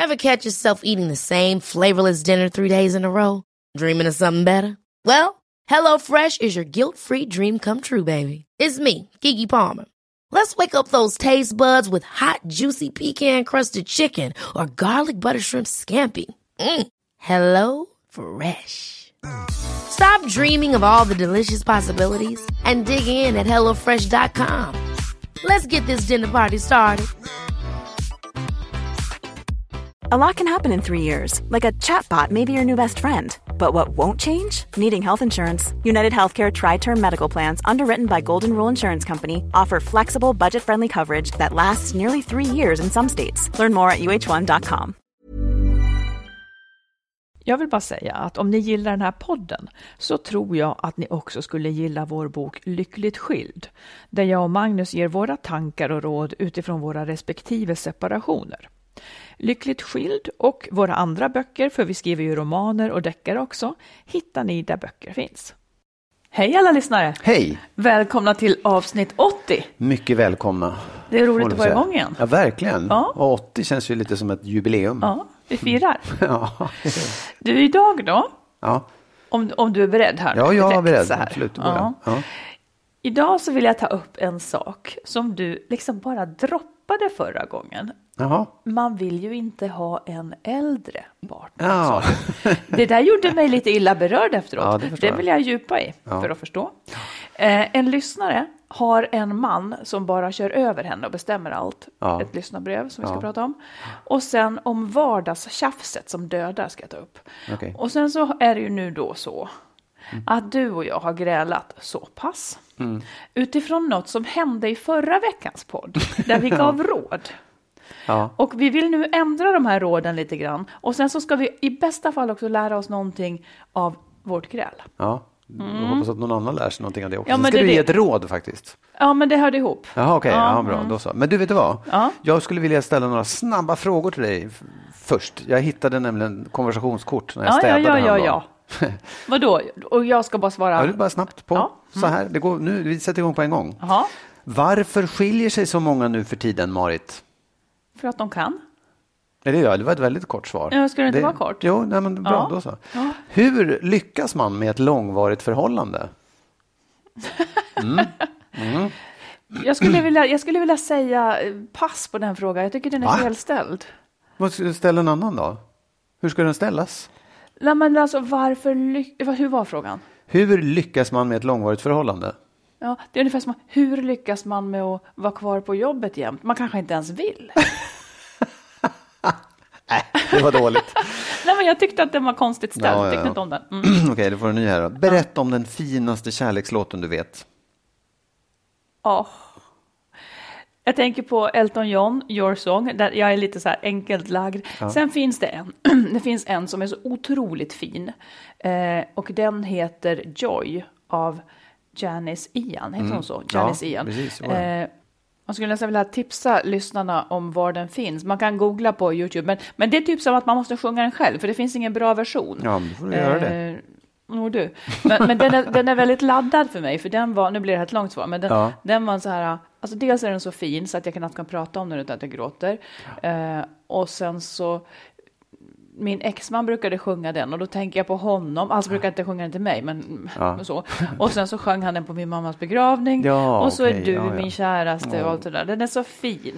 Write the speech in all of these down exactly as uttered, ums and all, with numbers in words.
Ever catch yourself eating the same flavorless dinner three days in a row? Dreaming of something better? Well, HelloFresh is your guilt-free dream come true, baby. It's me, Keke Palmer. Let's wake up those taste buds with hot, juicy pecan-crusted chicken or garlic butter shrimp scampi. Mm. Hello Fresh. Stop dreaming of all the delicious possibilities and dig in at hello fresh dot com. Let's get this dinner party started. A lot can happen in three years, like a chatbot may be your new best friend. But what won't change? Needing health insurance. United Healthcare Tri-Term Medical Plans, underwritten by Golden Rule Insurance Company, offer flexible, budget-friendly coverage that lasts nearly three years in some states. Learn more at u h one dot com. Jag vill bara säga att om ni gillar den här podden så tror jag att ni också skulle gilla vår bok Lyckligt skild, där jag och Magnus ger våra tankar och råd utifrån våra respektive separationer. Lyckligt skild och våra andra böcker, för vi skriver ju romaner och deckare också, hittar ni där böcker finns. Hej alla lyssnare! Hej! Välkomna till avsnitt åttio. Mycket välkomna. Det är roligt att vara igång igen. Ja, verkligen. Ja. Och åttio känns ju lite som ett jubileum. Ja, vi firar. Ja. Du, idag då? Ja. Om, om du är beredd här. Ja, jag är beredd. Så här. Absolut. Ja. Ja. Idag så vill jag ta upp en sak som du liksom bara droppade förra gången. Jaha. Man vill ju inte ha en äldre partner. Ja. Det där gjorde mig lite illa berörd efteråt. Ja, det förstår det vill jag djupa i Ja. för att förstå. Eh, en lyssnare har en man som bara kör över henne och bestämmer allt. Ja. Ett lyssnarbrev som vi ska Ja. prata om. Och sen om vardagstjafset som dödar ska jag ta upp. Okej. Och sen så är det ju nu då så att du och jag har grälat så pass. Mm. Utifrån något som hände i förra veckans podd. Där vi gav råd. Ja. Och vi vill nu ändra de här råden lite grann. Och sen så ska vi i bästa fall också lära oss någonting av vårt gräl. Ja. Jag hoppas att någon annan lär sig någonting av det också. Ja, Sen men ska det- du ge det- ett råd faktiskt. Ja, men det hörde ihop. Jaha, okej. Ja, Ja, bra. Då så. Men du, vet du vad? Ja. Jag skulle vilja ställa några snabba frågor till dig f- först. Jag hittade nämligen konversationskort när jag Ja, ja, städade ja, ja, häromdagen. ja. Vadå? Och jag ska bara svara. Ja, det är bara snabbt på. Ja. Så här. Det går, nu, vi sätter igång på en gång. Jaha, Varför skiljer sig så många nu för tiden, Marit? för att de kan. Är det, ja, det var ett väldigt kort svar. Ja, ska det inte vara kort? Jo, nej, men bra, Ja. då så. Ja. Hur lyckas man med ett långvarigt förhållande? Jag skulle vilja, jag skulle vilja säga eh, pass på den frågan. Jag tycker den är Va? felställd. Vad ska du ställa en annan då? Hur ska den ställas? Nej, men alltså varför ly- Hur var frågan? Hur lyckas man med ett långvarigt förhållande? Ja, det är ungefär som hur lyckas man med att vara kvar på jobbet jämt? Man kanske inte ens vill. Nej, det var dåligt. Nej, men jag tyckte att den var konstigt ställd. Ja, ja, Tyckte ja. inte om den. Mm. Okej, då får du en ny här då. Berätta om den finaste kärlekslåten du vet. Ja. Jag tänker på Elton John, Your Song, där jag är lite så här enkelt lagd. Sen finns det en, det finns en som är så otroligt fin. Eh, och den heter Joy av Janice Ian. Heter hon så? Janice Ja, Ian. precis, så var det. Eh, man skulle nästan vilja tipsa lyssnarna om var den finns. Man kan googla på YouTube. Men, men det är typ som att man måste sjunga den själv. För det finns ingen bra version. Ja, men då får du göra det. Eh, Oh, du. Men, men den, är, den är väldigt laddad för mig. För den var, nu blir det ett långt svar. Men den, Ja. den var så här. Alltså dels är den så fin så att jag knappt kan prata om den utan att jag gråter. Eh, och sen så. Min exman brukade sjunga den och då tänker jag på honom. Alltså brukar jag inte sjunga den till mig, men Ja. så. Och sen så sjöng han den på min mammas begravning. Ja, och så okej, är du ja, ja. min käraste och Ja. allt det där. Den är så fin.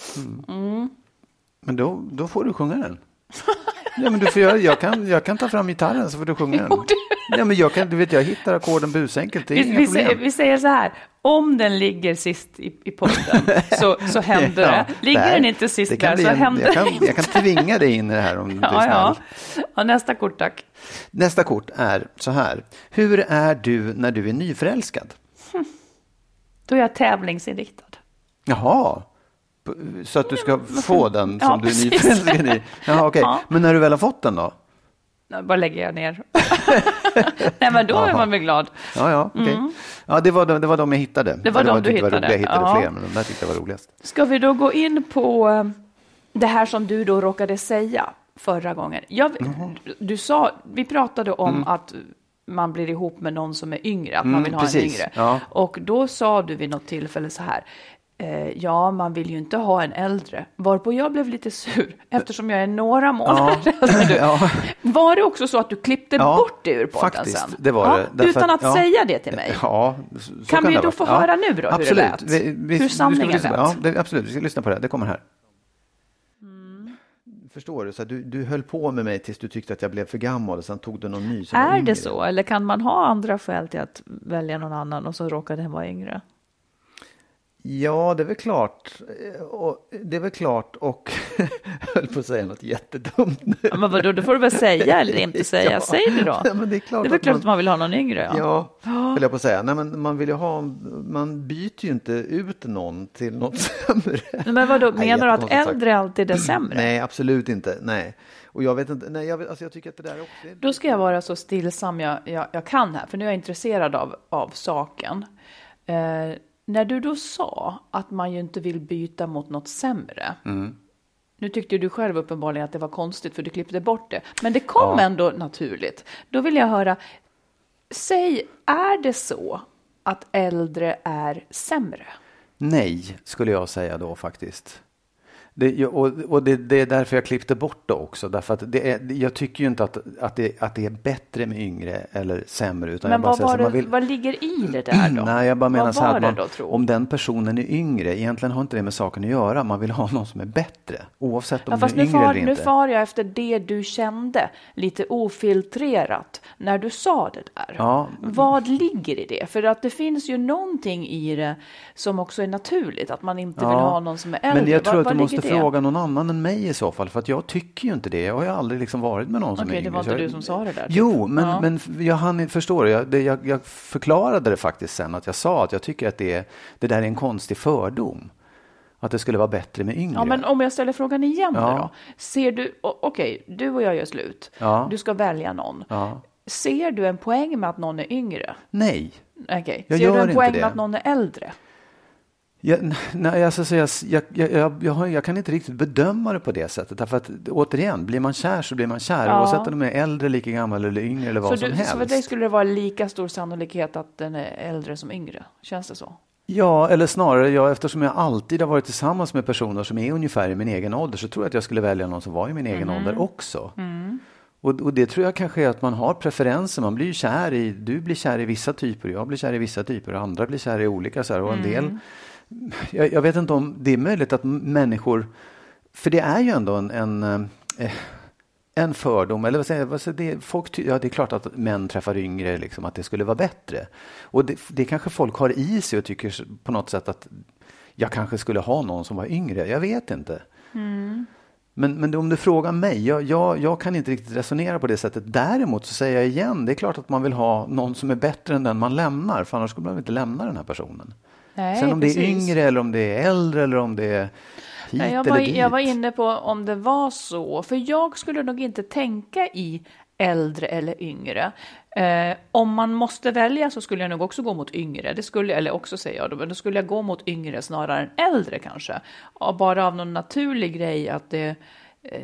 Men då, då får du sjunga den. Ja, men du får göra, jag, kan, jag kan ta fram gitarren så får du sjunga den. Jo, du- Ja, men jag, kan, du vet, jag hittar ackorden busenkelt. Det är Vi, inga vi, problem. säger, vi säger så här. Om den ligger sist i, i potten så, så händer Ja, det. Ligger nej, den inte sist det kan där bli så en, händer jag kan, det inte. jag kan tvinga dig in i det här om du är Ja, snäll. ja. Ja, nästa kort, tack. Nästa kort är så här. Hur är du när du är nyförälskad? Då är jag tävlingsinriktad. Jaha. P- Så att du ska få den som Ja, du är precis. nyförälskad i. Jaha, okej. Ja. Men när du väl har fått den då? Nu bara lägger jag ner. Nej, men då är man väl glad. Ja, ja, okej. Ja, det var, de, det var de jag hittade. Mm. Det var Eller de jag du tyckte var hittade. roliga. Jag hittade Ja. fler, men de där tyckte jag var roligast. Ska vi då gå in på eh, det här som du då råkade säga förra gången? Jag, du sa, vi pratade om Mm. att man blir ihop med någon som är yngre, att man Mm, vill ha precis. en yngre. Ja. Och då sa du vid något tillfälle så här, Eh, ja, man vill ju inte ha en äldre. Varpå jag blev lite sur, eftersom jag är några månader ja. äldre. ja. Var det också så att du klippte ja, bort det ur podden faktiskt, sen? Det var ja, det. Utan att ja, säga det till mig? Ja, så kan, kan vi det då få ja, höra nu då absolut. hur det lät? Vi, vi, hur sanningen lät? Ja, det, absolut. Vi ska lyssna på det. Det kommer här. Mm. Förstår du? Så du, du höll på med mig tills du tyckte att jag blev för gammal och sen tog du någon ny som var Är yngre. det så? Eller kan man ha andra skäl till att välja någon annan och så råkade den vara yngre? Ja, det är väl klart. Och, det är väl klart och höll på att säga något jättedumt nu. Ja, men vadå, då får du väl säga eller inte säga. Ja. Säg det då. Ja, men det är klart det är väl att klart man, att man vill ha någon yngre. Ja, ja höll jag på att säga. Nej, men man vill ju ha, man byter ju inte ut någon till något sämre. Men vadå, Nej, menar du att sagt. äldre alltid är sämre? Nej, absolut inte. Nej. Och jag vet inte, nej, jag, vet, alltså jag tycker att det där också är... Då ska jag vara så stillsam jag, jag, jag kan här, för nu är jag intresserad av, av saken. Eh, när du då sa att man ju inte vill byta mot något sämre. Mm. Nu tyckte du själv uppenbarligen att det var konstigt för du klippte bort det. Men det kom ja. ändå naturligt. Då vill jag höra, säg, är det så att äldre är sämre? Nej, skulle jag säga då faktiskt. Det, och och det, det är därför jag klippte bort det också. Därför att det är, jag tycker ju inte att, att, det, att det är bättre med yngre eller sämre. Utan men jag bara vad, var det, man vill... vad ligger i det där då? Nej, jag bara menar vad så här att man, då, om den personen är yngre, egentligen har inte det med saken att göra. Man vill ha någon som är bättre, oavsett om ja, fast du är nu yngre far, eller inte. Nu far jag efter det du kände, lite ofiltrerat, när du sa det där. Ja. Vad ligger i det? För att det finns ju någonting i det som också är naturligt, att man inte ja. vill ha någon som är äldre. Men jag tror vad, att vad du måste det? fråga någon annan än mig i så fall, för att jag tycker ju inte det. Jag har ju aldrig liksom varit med någon som Okej, är yngre. det var inte jag... du som sa det där. Typ. Jo, men, ja. men jag, han, förstår du, jag, det, jag, jag förklarade det faktiskt sen, att jag sa att jag tycker att det, det där är en konstig fördom. Att det skulle vara bättre med yngre. Ja, men om jag ställer frågan igen ja. då. Ser du, okej, okay, du och jag gör slut. Ja. Du ska välja någon. Ja. Ser du en poäng med att någon är yngre? Nej. Okay. Jag Ser gör du en poäng det. med att någon är äldre? Jag, nej, alltså, så jag, jag, jag, jag, har, jag kan inte riktigt bedöma det på det sättet. Därför att återigen, blir man kär så blir man kär. Ja. Oavsett om de är äldre, lika gammal eller yngre eller vad så som du, helst. Så för dig skulle det vara lika stor sannolikhet att den är äldre som yngre? Känns det så? Ja, eller snarare, jag, eftersom jag alltid har varit tillsammans med personer som är ungefär i min egen ålder, så tror jag att jag skulle välja någon som var i min egen mm. ålder också. Mm. Och, och det tror jag kanske är att man har preferenser. Man blir ju kär i, du blir kär i vissa typer, jag blir kär i vissa typer, och andra blir kär i olika. Så här, och en mm. del, jag, jag vet inte om det är möjligt att människor, för det är ju ändå en, en, en fördom, eller vad säger jag, vad säger det, folk, ja, det är klart att män träffar yngre, liksom, att det skulle vara bättre. Och det, det kanske folk har i sig och tycker på något sätt att jag kanske skulle ha någon som var yngre, jag vet inte. Mm. Men, men om du frågar mig, jag, jag, jag kan inte riktigt resonera på det sättet. Däremot så säger jag igen, det är klart att man vill ha någon som är bättre än den man lämnar, för annars skulle man inte lämna den här personen. Nej, sen om precis. det är yngre eller om det är äldre eller om det är hit Nej, jag, eller var, dit. jag var inne på om det var så, för jag skulle nog inte tänka i äldre eller yngre. Eh, om man måste välja så skulle jag nog också gå mot yngre. Det skulle, eller också säger jag då, men då skulle jag gå mot yngre snarare än äldre kanske. Och bara av någon naturlig grej att det, eh,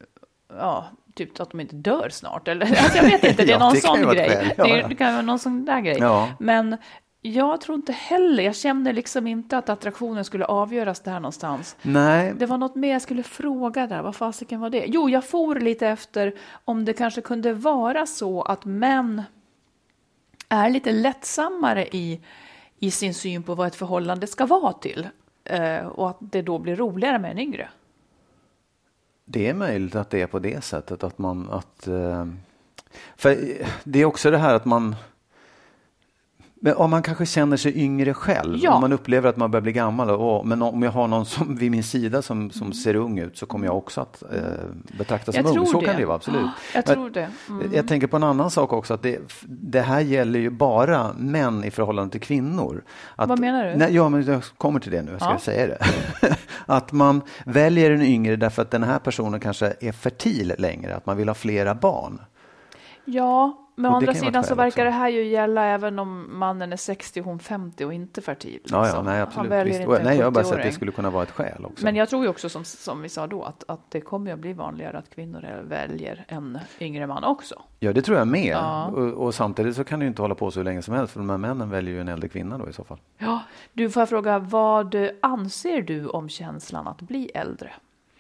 ja, typ att de inte dör snart. Eller, alltså jag vet inte, det är ja, någon det sån grej. Skäl, ja, det, ja. det kan vara någon sån där grej. Ja. Men jag tror inte heller, jag kände liksom inte att attraktionen skulle avgöras där någonstans. Nej. Det var något mer jag skulle fråga där, vad fasiken var det? Jo, jag for lite efter om det kanske kunde vara så att män är lite lättsammare i, i sin syn på vad ett förhållande ska vara till. Eh, och att det då blir roligare med en yngre. Det är möjligt att det är på det sättet att man att eh, för det är också det här att man men om man kanske känner sig yngre själv, ja. om man upplever att man börjar bli gammal, och, men om jag har någon som vid min sida som, som ser ung ut, så kommer jag också att eh, betraktas som ung. Så det. Kan det ju vara, absolut. Oh, jag tror det. Mm. Jag tänker på en annan sak också, att det, det här gäller ju bara män i förhållande till kvinnor. Att, Vad menar du? Nej, ja, men jag kommer till det nu, jag ska ja. säga det. Att man väljer en yngre därför att den här personen kanske är fertil längre, att man vill ha flera barn. Ja, men å andra sidan så verkar också. det här ju gälla även om mannen är sextio, hon femtio och inte fertil. Liksom. Ja, ja, nej, absolut. Visst. Och, nej, jag bara säger att det skulle kunna vara ett skäl också. Men jag tror ju också, som, som vi sa då, att, att det kommer att bli vanligare att kvinnor väljer en yngre man också. Ja, det tror jag med. Ja. Och, och samtidigt så kan du inte hålla på så länge som helst, för de här männen väljer ju en äldre kvinna då i så fall. Ja, du får jag fråga, vad anser du om känslan att bli äldre?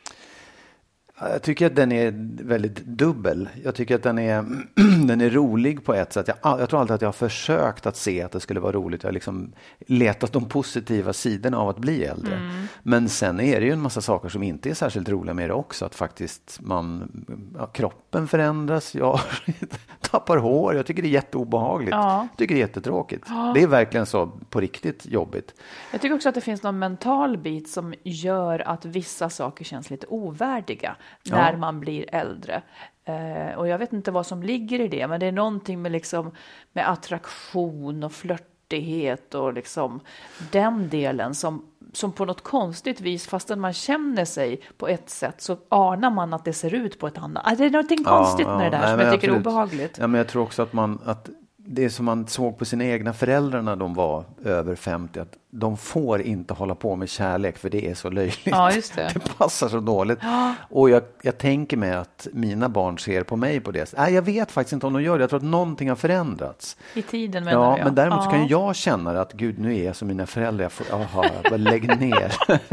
Jag tycker att den är väldigt dubbel. Jag tycker att den är, den är rolig på ett sätt. Jag, jag tror alltid att jag har försökt att se att det skulle vara roligt. Jag har liksom letat de positiva sidorna av att bli äldre. Mm. Men sen är det ju en massa saker som inte är särskilt roliga med det också. Att faktiskt man, ja, kroppen förändras. Jag tappar hår. Jag tycker det är jätteobehagligt. Ja. Jag tycker det är jättetråkigt. Ja. Det är verkligen så på riktigt jobbigt. Jag tycker också att det finns någon mental bit som gör att vissa saker känns lite ovärdiga. När ja. man blir äldre. Eh, och jag vet inte vad som ligger i det. Men det är någonting med, liksom, med attraktion och flörtighet. Och liksom den delen som, som på något konstigt vis. Fastän man känner sig på ett sätt. Så anar man att det ser ut på ett annat. Ah, det är någonting ja, konstigt ja, med det där. Nej, som jag tycker absolut. är obehagligt. Ja, men jag tror också att man... Att det är som man såg på sina egna föräldrar när de var över femtio. Att de får inte hålla på med kärlek för det är så löjligt. Ja, just det. Det passar så dåligt. Ja. Och jag, jag tänker mig att mina barn ser på mig på det. Nej, jag vet faktiskt inte om de gör det. Jag tror att någonting har förändrats. I tiden menar ja, jag. Men däremot ja. så kan jag känna att gud, nu är jag som mina föräldrar. Jag får, aha, jag bara lägg ner.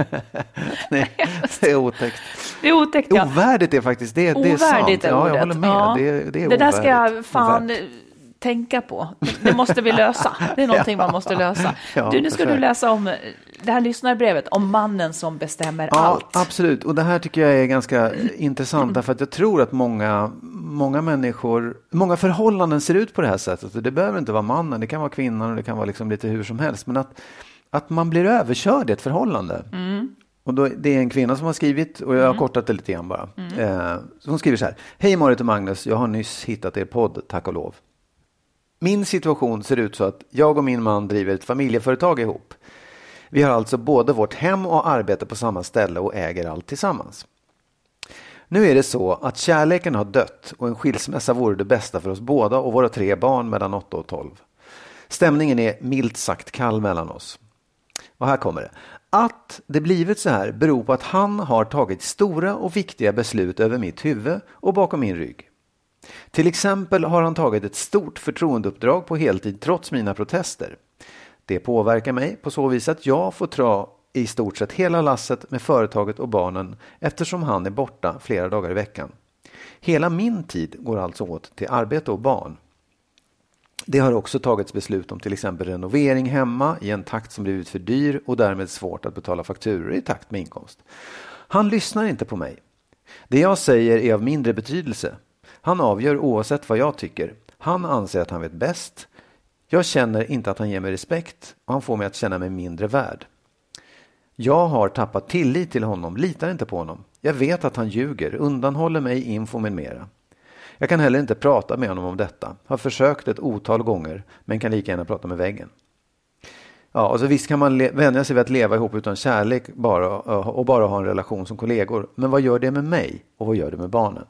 Nej, det är otäckt. Det är otäckt, ja. Ovärdigt är faktiskt det. Det är sant. Är ja, jag håller med. Ja. Det, det är det där ska jag ovärdigt. fan... Ovärdigt. tänka på. Det måste vi lösa. Det är någonting ja. man måste lösa. Ja, du, nu ska du läsa om det här lyssnarbrevet om mannen som bestämmer ja, allt. Absolut. Och det här tycker jag är ganska intressant mm. därför att jag tror att många, många människor, många förhållanden ser ut på det här sättet. Och det behöver inte vara mannen, det kan vara kvinnan och det kan vara liksom lite hur som helst. Men att, att man blir överkörd i ett förhållande. Mm. Och då, det är en kvinna som har skrivit och jag har mm. kortat det lite grann bara. Mm. Eh, så hon skriver så här. Hej Marit och Magnus, jag har nyss hittat er podd, tack och lov. Min situation ser ut så att jag och min man driver ett familjeföretag ihop. Vi har alltså både vårt hem och arbete på samma ställe och äger allt tillsammans. Nu är det så att kärleken har dött och en skilsmässa vore det bästa för oss båda och våra tre barn mellan åtta och tolv. Stämningen är milt sagt kall mellan oss. Och här kommer det. Att det blivit så här beror på att han har tagit stora och viktiga beslut över mitt huvud och bakom min rygg. Till exempel har han tagit ett stort förtroendeuppdrag på heltid trots mina protester. Det påverkar mig på så vis att jag får dra i stort sett hela lasset med företaget och barnen eftersom han är borta flera dagar i veckan. Hela min tid går alltså åt till arbete och barn. Det har också tagits beslut om till exempel renovering hemma i en takt som blivit för dyr och därmed svårt att betala fakturor i takt med inkomst. Han lyssnar inte på mig. Det jag säger är av mindre betydelse. Han avgör oavsett vad jag tycker. Han anser att han vet bäst. Jag känner inte att han ger mig respekt och han får mig att känna mig mindre värd. Jag har tappat tillit till honom, litar inte på honom. Jag vet att han ljuger, undanhåller mig info med mera. Jag kan heller inte prata med honom om detta. Har försökt ett otal gånger men kan lika gärna prata med väggen. Ja, och så visst kan man le- vänja sig vid att leva ihop utan kärlek bara, och bara ha en relation som kollegor. Men vad gör det med mig och vad gör det med barnen?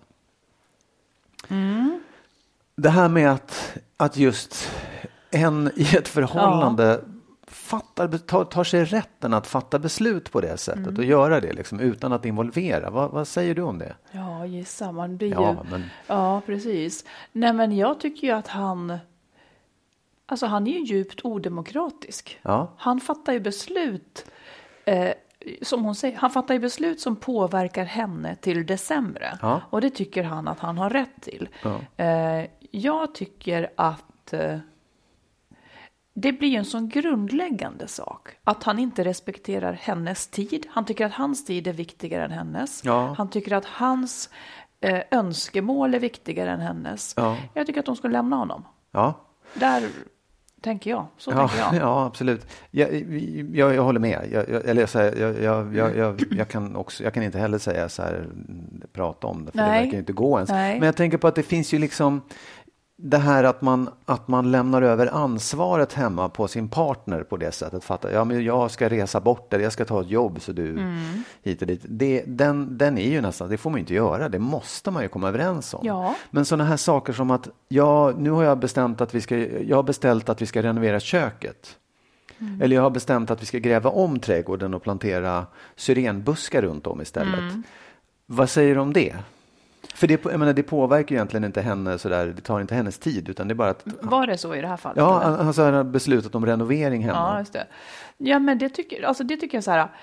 Mm. Det här med att, att just en i ett förhållande ja. fattar, tar, tar sig rätten att fatta beslut på det sättet mm. och göra det liksom, utan att involvera. Va, vad säger du om det? Ja, gissa, man blir ja, ju... Men... Ja, precis. Nej, men jag tycker ju att han... Alltså han är ju djupt odemokratisk. Ja. Han fattar ju beslut... Eh, som hon säger, han fattar ju beslut som påverkar henne till det sämre. Ja. Och det tycker han att han har rätt till. Ja. Eh, jag tycker att eh, det blir en sån grundläggande sak. Att han inte respekterar hennes tid. Han tycker att hans tid är viktigare än hennes. Ja. Han tycker att hans eh, önskemål är viktigare än hennes. Ja. Jag tycker att de ska lämna honom. Ja. Där... tänker jag. Så ja, tänker jag. Ja, absolut. Jag, jag, jag håller med. Jag, jag, eller så här, jag, jag, jag, jag, jag, kan också, jag kan inte heller säga så här, prata om det, för Nej. det verkar inte gå ens. Nej. Men jag tänker på att det finns ju liksom, det här att man, att man lämnar över ansvaret hemma på sin partner på det sättet. Fattar, ja, men jag ska resa bort eller jag ska ta ett jobb så du mm. hit och dit. Det, den, den är ju nästan, det får man ju inte göra. Det måste man ju komma överens om. Ja. Men sådana här saker som att ja, nu har jag bestämt att vi ska, jag har beställt att vi ska renovera köket. Mm. Eller jag har bestämt att vi ska gräva om trädgården och plantera syrenbuskar runt om istället. Mm. Vad säger du om det? För det, jag menar, det påverkar egentligen inte henne så där, det tar inte hennes tid utan det är bara att... Var det så i det här fallet? Ja, han, han har beslutat om renovering hemma. Ja, just det. Ja, men det tycker, alltså det tycker jag så här...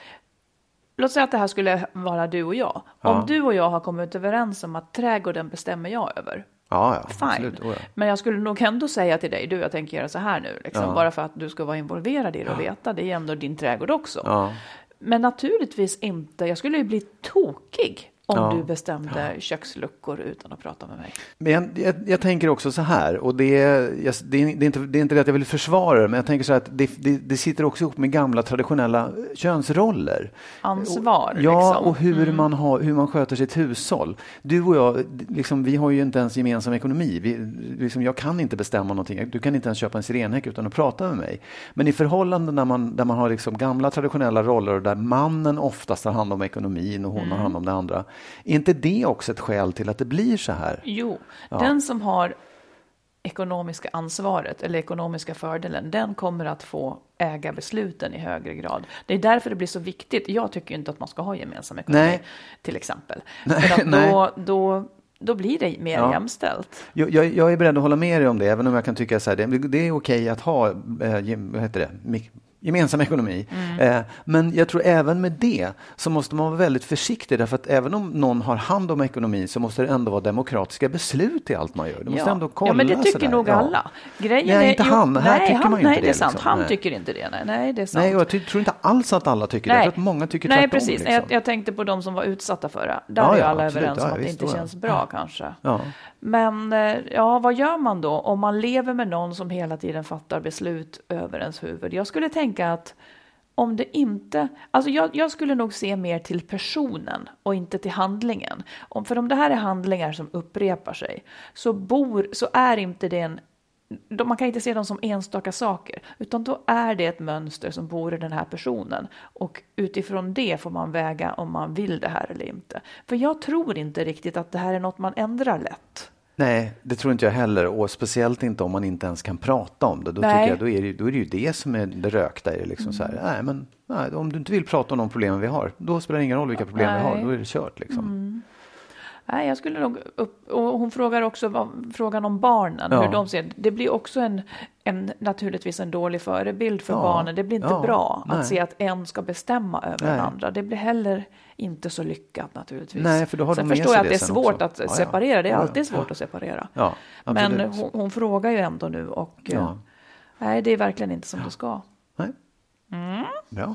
Låt säga att det här skulle vara du och jag. Ja. Om du och jag har kommit överens om att trädgården bestämmer jag över. Ja, ja, fine. Absolut. Oh, ja. Men jag skulle nog ändå säga till dig, du, jag tänker göra så här nu. Liksom, ja. Bara för att du ska vara involverad i det och ja. Veta. Det är ändå din trädgård också. Ja. Men naturligtvis inte. Jag skulle ju bli tokig om ja. Du bestämde ja. Köksluckor utan att prata med mig. Men jag, jag, jag tänker också så här, och det är, jag, det, är, det, är inte, det är inte det att jag vill försvara det, men jag tänker så här att det, det, det sitter också ihop med gamla traditionella könsroller. Ansvar. Och, ja, liksom. och hur, mm. man har, hur man sköter sitt hushåll. Du och jag, liksom, vi har ju inte ens gemensam ekonomi. Vi, liksom, jag kan inte bestämma någonting. Du kan inte ens köpa en sirenhäck utan att prata med mig. Men i förhållanden där man, där man har liksom gamla traditionella roller och där mannen oftast har hand om ekonomin och hon mm. har hand om det andra. Är inte det också ett skäl till att det blir så här? Jo, ja. Den som har ekonomiska ansvaret eller ekonomiska fördelen, den kommer att få äga besluten i högre grad. Det är därför det blir så viktigt. Jag tycker inte att man ska ha gemensam ekonomi, nej. Till exempel. Nej, För att nej. då, då, då blir det mer ja. Jämställt. Jag, jag, jag är beredd att hålla med dig om det, även om jag kan tycka att det, det är okej att ha eh, vad heter det, mik- gemensam ekonomi. Mm. Eh, men jag tror även med det så måste man vara väldigt försiktig, därför att även om någon har hand om ekonomin så måste det ändå vara demokratiska beslut i allt man gör. Du måste ja. ändå kolla. Ja, men det tycker sådär. nog Ja. alla. Grejen nej, är, inte jo, han. Här nej, tycker han, man ju nej, inte det. är det. sant. Liksom. Han nej. tycker inte det. Nej, nej det är sant. Nej, jag ty- tror inte alls att alla tycker nej. det. Jag tror att många tycker nej, tvärtom. Precis. Liksom. Jag, jag tänkte på de som var utsatta för det. Där ja, är ju ja, alla absolut. överens om ja, att det visst, inte ja. känns bra kanske. Ja. Men ja, vad gör man då om man lever med någon som hela tiden fattar beslut över ens huvud? Jag skulle tänka att om det inte, alltså jag, jag skulle nog se mer till personen och inte till handlingen. Om, för om det här är handlingar som upprepar sig så, bor, så är inte det en, man kan inte se dem som enstaka saker, utan då är det ett mönster som bor i den här personen. Och utifrån det får man väga om man vill det här eller inte. För jag tror inte riktigt att det här är något man ändrar lätt. Nej, det tror inte jag heller. Och speciellt inte om man inte ens kan prata om det. Då, tycker jag, då, är, det, då är det ju det som är det rökta. Är det liksom mm. så här, nej, men, nej, om du inte vill prata om de problemen vi har, då spelar det ingen roll vilka problem nej. vi har. Då är det kört. Liksom. Mm. Nej, jag skulle nog upp, och hon frågar också vad, frågan om barnen, ja. Hur de ser. Det blir också en, en naturligtvis en dålig förebild för ja. Barnen. Det blir inte ja. Bra nej. Att se att en ska bestämma över nej. Den andra. Det blir heller inte så lyckat naturligtvis. Nej, för då har sen de förstår jag att det är svårt också. Att ja, separera. Ja. Det är alltid ja. svårt att separera. Ja, men hon, hon frågar ju ändå nu och ja. Nej, det är verkligen inte som ja. det ska. Nej. Mm. Bra.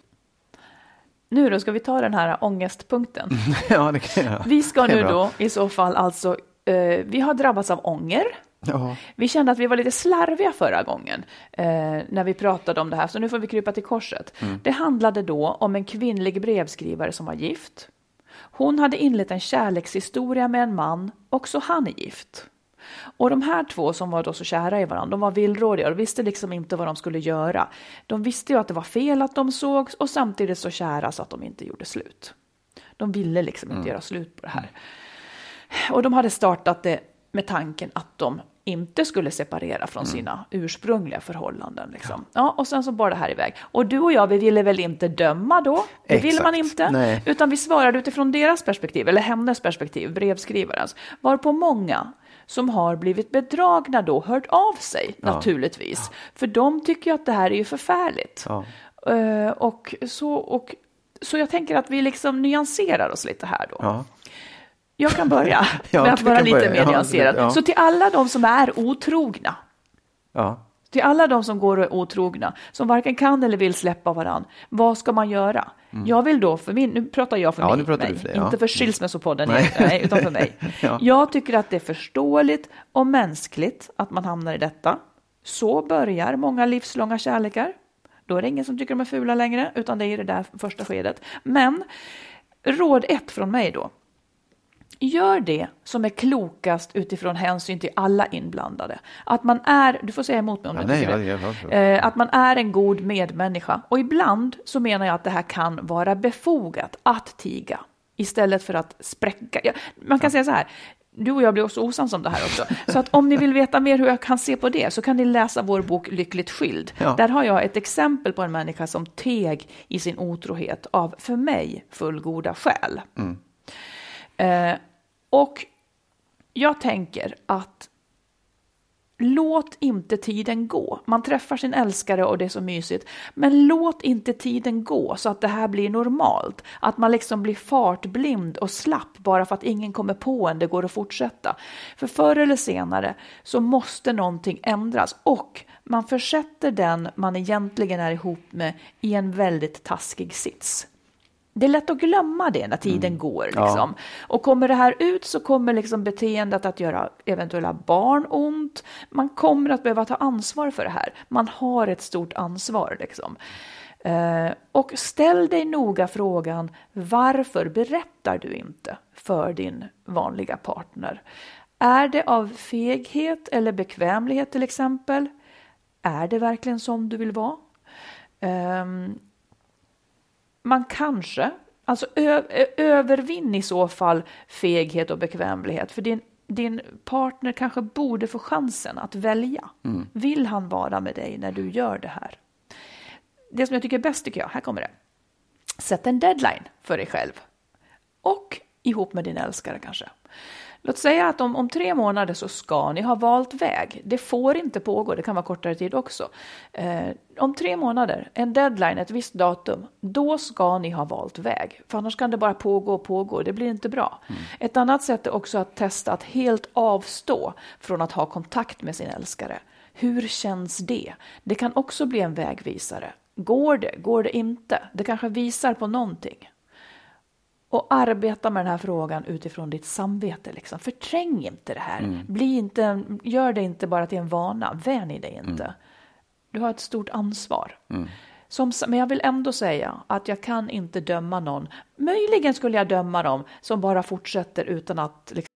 Nu då ska vi ta den här ångestpunkten. Ja, det kan jag. Vi ska nu då i så fall alltså, eh, vi har drabbats av ånger. Ja. Vi kände att vi var lite slarviga förra gången eh, när vi pratade om det här. Så nu får vi krypa till korset. Mm. Det handlade då om en kvinnlig brevskrivare som var gift. Hon hade inlett en kärlekshistoria med en man, också han är gift. Och de här två som var då så kära i varandra, de var villrådiga och visste liksom inte vad de skulle göra. De visste ju att det var fel att de sågs och samtidigt så kära så att de inte gjorde slut. De ville liksom inte mm. göra slut på det här. Och de hade startat det med tanken att de inte skulle separera från mm. sina ursprungliga förhållanden. Liksom. Ja. Ja, och sen så bar det här iväg. Och du och jag, vi ville väl inte döma då? Det Exakt. ville man inte. Nej. Utan vi svarade utifrån deras perspektiv, eller hennes perspektiv, brevskrivarens. Varpå många som har blivit bedragna då hört av sig, ja. Naturligtvis. Ja. För de tycker ju att det här är ju förfärligt. Ja. Uh, och, så, och så jag tänker att vi liksom nyanserar oss lite här då. Ja. Jag kan börja ja, med att vara lite börja. mer nyanserad. Ja. Så till alla de som är otrogna. Ja. Till alla de som går och är otrogna. Som varken kan eller vill släppa varann. Vad ska man göra? Mm. Jag vill då för min, nu pratar jag för ja, mig. Nu pratar du för det, ja. Inte för Skilsmässopodden, nej. Nej, utan för mig. ja. Jag tycker att det är förståeligt och mänskligt att man hamnar i detta. Så börjar många livslånga kärlekar. Då är det ingen som tycker de är fula längre. Utan det är det där första skedet. Men råd ett från mig då. Gör det som är klokast utifrån hänsyn till alla inblandade. Att man är, du får säga emot mig om ja, du nej, tycker jag, det. jag, jag, Eh, att man är en god medmänniska. Och ibland så menar jag att det här kan vara befogat att tiga. Istället för att spräcka. Ja, man kan ja. säga så här. Du och jag blir också osams om det här också. Så att om ni vill veta mer hur jag kan se på det så kan ni läsa vår bok Lyckligt skild. Ja. Där har jag ett exempel på en människa som teg i sin otrohet av, för mig, fullgoda skäl. Mm. Eh, och jag tänker att låt inte tiden gå. Man träffar sin älskare och det är så mysigt. Men låt inte tiden gå så att det här blir normalt. Att man liksom blir fartblind och slapp bara för att ingen kommer på en. Det går att fortsätta. För förr eller senare så måste någonting ändras. Och man försätter den man egentligen är ihop med i en väldigt taskig sits. Det är lätt att glömma det när tiden mm. går. Liksom. Ja. Och kommer det här ut så kommer liksom beteendet att göra eventuella barn ont. Man kommer att behöva ta ansvar för det här. Man har ett stort ansvar. Liksom. Eh, och ställ dig noga frågan, varför berättar du inte för din vanliga partner? Är det av feghet eller bekvämlighet till exempel? Är det verkligen som du vill vara? Eh, Man kanske, alltså ö- övervinn i så fall feghet och bekvämlighet. För din, din partner kanske borde få chansen att välja. Mm. Vill han vara med dig när du gör det här? Det som jag tycker är bäst tycker jag, här kommer det. Sätt en deadline för dig själv. Och ihop med din älskare kanske. Låt säga att om, om tre månader så ska ni ha valt väg. Det får inte pågå, det kan vara kortare tid också. Eh, om tre månader, en deadline, ett visst datum, då ska ni ha valt väg. För annars kan det bara pågå och pågå, det blir inte bra. Mm. Ett annat sätt är också att testa att helt avstå från att ha kontakt med sin älskare. Hur känns det? Det kan också bli en vägvisare. Går det? Går det inte? Det kanske visar på någonting. Och arbeta med den här frågan utifrån ditt samvete. Liksom. Förträng inte det här. Mm. Bli inte, gör det inte bara till en vana. Vänj dig inte. Mm. Du har ett stort ansvar. Mm. Som, men jag vill ändå säga att jag kan inte döma någon. Möjligen skulle jag döma dem som bara fortsätter utan att... Liksom...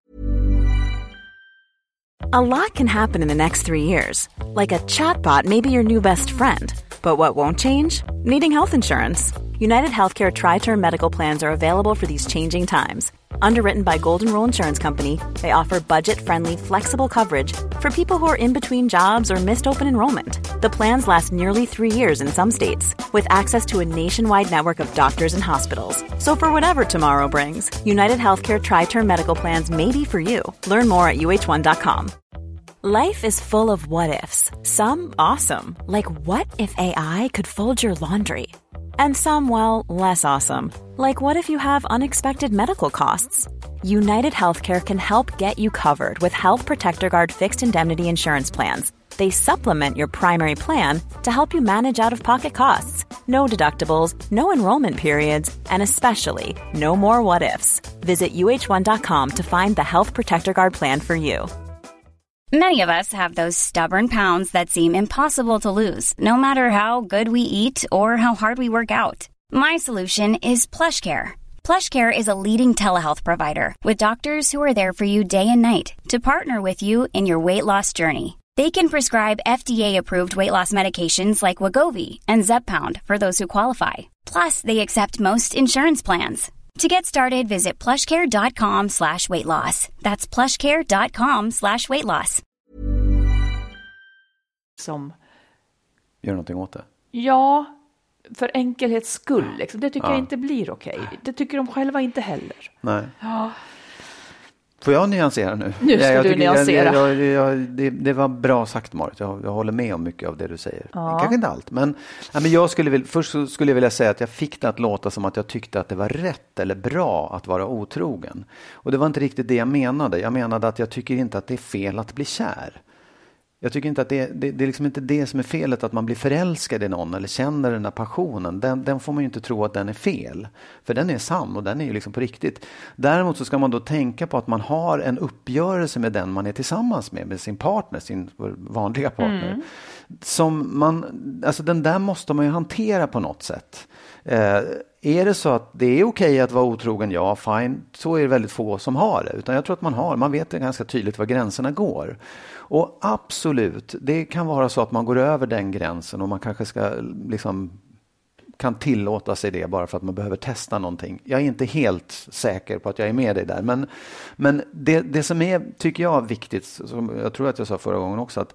A lot can happen in the next three years. Like a chatbot may be your new best friend. But what won't change? Needing health insurance. United Healthcare Tri-Term Medical Plans are available for these changing times. Underwritten by Golden Rule Insurance Company, they offer budget-friendly, flexible coverage for people who are in between jobs or missed open enrollment. The plans last nearly three years in some states, with access to a nationwide network of doctors and hospitals. So for whatever tomorrow brings, United Healthcare Tri-Term Medical Plans may be for you. Learn more at U H one dot com. Life is full of what-ifs. Some awesome, like what if A I could fold your laundry? And some, well, less awesome. Like what if you have unexpected medical costs? United Healthcare can help get you covered with Health Protector Guard fixed indemnity insurance plans. They supplement your primary plan to help you manage out-of-pocket costs. No deductibles, no enrollment periods, and especially no more what-ifs. Visit U H one dot com to find the Health Protector Guard plan for you. Many of us have those stubborn pounds that seem impossible to lose, no matter how good we eat or how hard we work out. My solution is PlushCare. PlushCare is a leading telehealth provider with doctors who are there for you day and night to partner with you in your weight loss journey. They can prescribe F D A-approved weight loss medications like Wegovy and Zepbound for those who qualify. Plus, they accept most insurance plans. To get started, visit plushcare.com slash weight loss. That's plushcare.com slash weight loss. Som gör någonting åt det? Ja, för enkelhets skull. Liksom. Det tycker ja. jag inte blir okej. Okay. Det tycker de själva inte heller. Nej. Ja. Får jag nyansera nu? Nu ska jag du nyansera. Jag, jag, jag, det, det var bra sagt, Marit. Jag, jag håller med om mycket av det du säger. Ja. Kanske inte allt. Men, ja, men jag skulle vilja, först så skulle jag vilja säga att jag fick det att låta som att jag tyckte att det var rätt eller bra att vara otrogen. Och det var inte riktigt det jag menade. Jag menade att jag tycker inte att det är fel att bli kär. Jag tycker inte att det, det, det är liksom inte det som är felet, att man blir förälskad i någon eller känner den här passionen. Den, den får man ju inte tro att den är fel. För den är sann och den är ju liksom på riktigt. Däremot så ska man då tänka på att man har en uppgörelse med den man är tillsammans med, med sin partner, sin vanliga partner. Mm. Som man, alltså den där måste man ju hantera på något sätt. Eh, är det så att det är okej att vara otrogen? Ja, fine. Så är det väldigt få som har det. Utan jag tror att man har, man vet ganska tydligt var gränserna går. Och absolut, det kan vara så att man går över den gränsen och man kanske ska liksom kan tillåta sig det bara för att man behöver testa någonting. Jag är inte helt säker på att jag är med dig där. Men, men det, det som är, tycker jag är viktigt, som jag tror att jag sa förra gången också, att,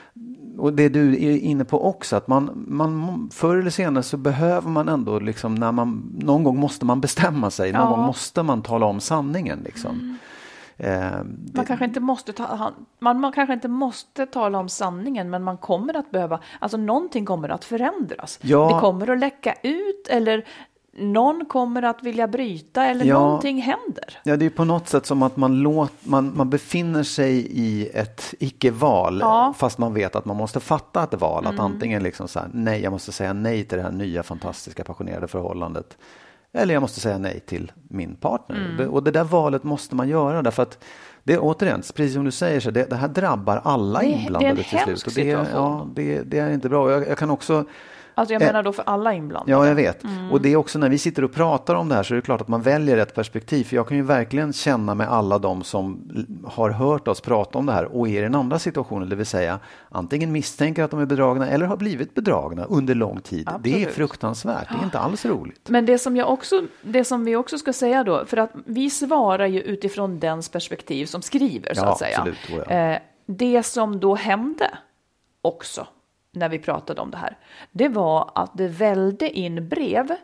och det du är inne på också, att man, man förr eller senare så behöver man ändå liksom, när man, någon gång måste man bestämma sig, någon ja. gång måste man tala om sanningen liksom. Mm. Eh, man, kanske inte måste ta, man, man kanske inte måste tala om sanningen, men man kommer att behöva, alltså någonting kommer att förändras. Ja. Det kommer att läcka ut, eller någon kommer att vilja bryta, eller ja. någonting händer. Ja, det är på något sätt som att man, låt, man, man befinner sig i ett icke-val, ja. fast man vet att man måste fatta ett val. Mm. Att antingen liksom så här, nej, jag måste säga nej till det här nya fantastiska passionerade förhållandet. Eller jag måste säga nej till min partner. Mm. Och det där valet måste man göra, därför att det, återigen, precis som du säger, så det, det här drabbar alla det, inblandade till slut. Det är en hemsk situation. Ja, det, det är inte bra. Jag, jag kan också... Alltså jag menar då för alla inblandade. Ja, jag vet. Mm. Och det är också när vi sitter och pratar om det här, så är det klart att man väljer ett perspektiv. För jag kan ju verkligen känna med alla de som har hört oss prata om det här och är i den andra situationen, det vill säga antingen misstänker att de är bedragna eller har blivit bedragna under lång tid. Absolut. Det är fruktansvärt. Det är inte alls roligt. Men det som, jag också, det som vi också ska säga då, för att vi svarar ju utifrån dens perspektiv som skriver, så ja, att säga. Absolut, ja. eh, det som då hände också när vi pratade om det här, det var att det välde in brev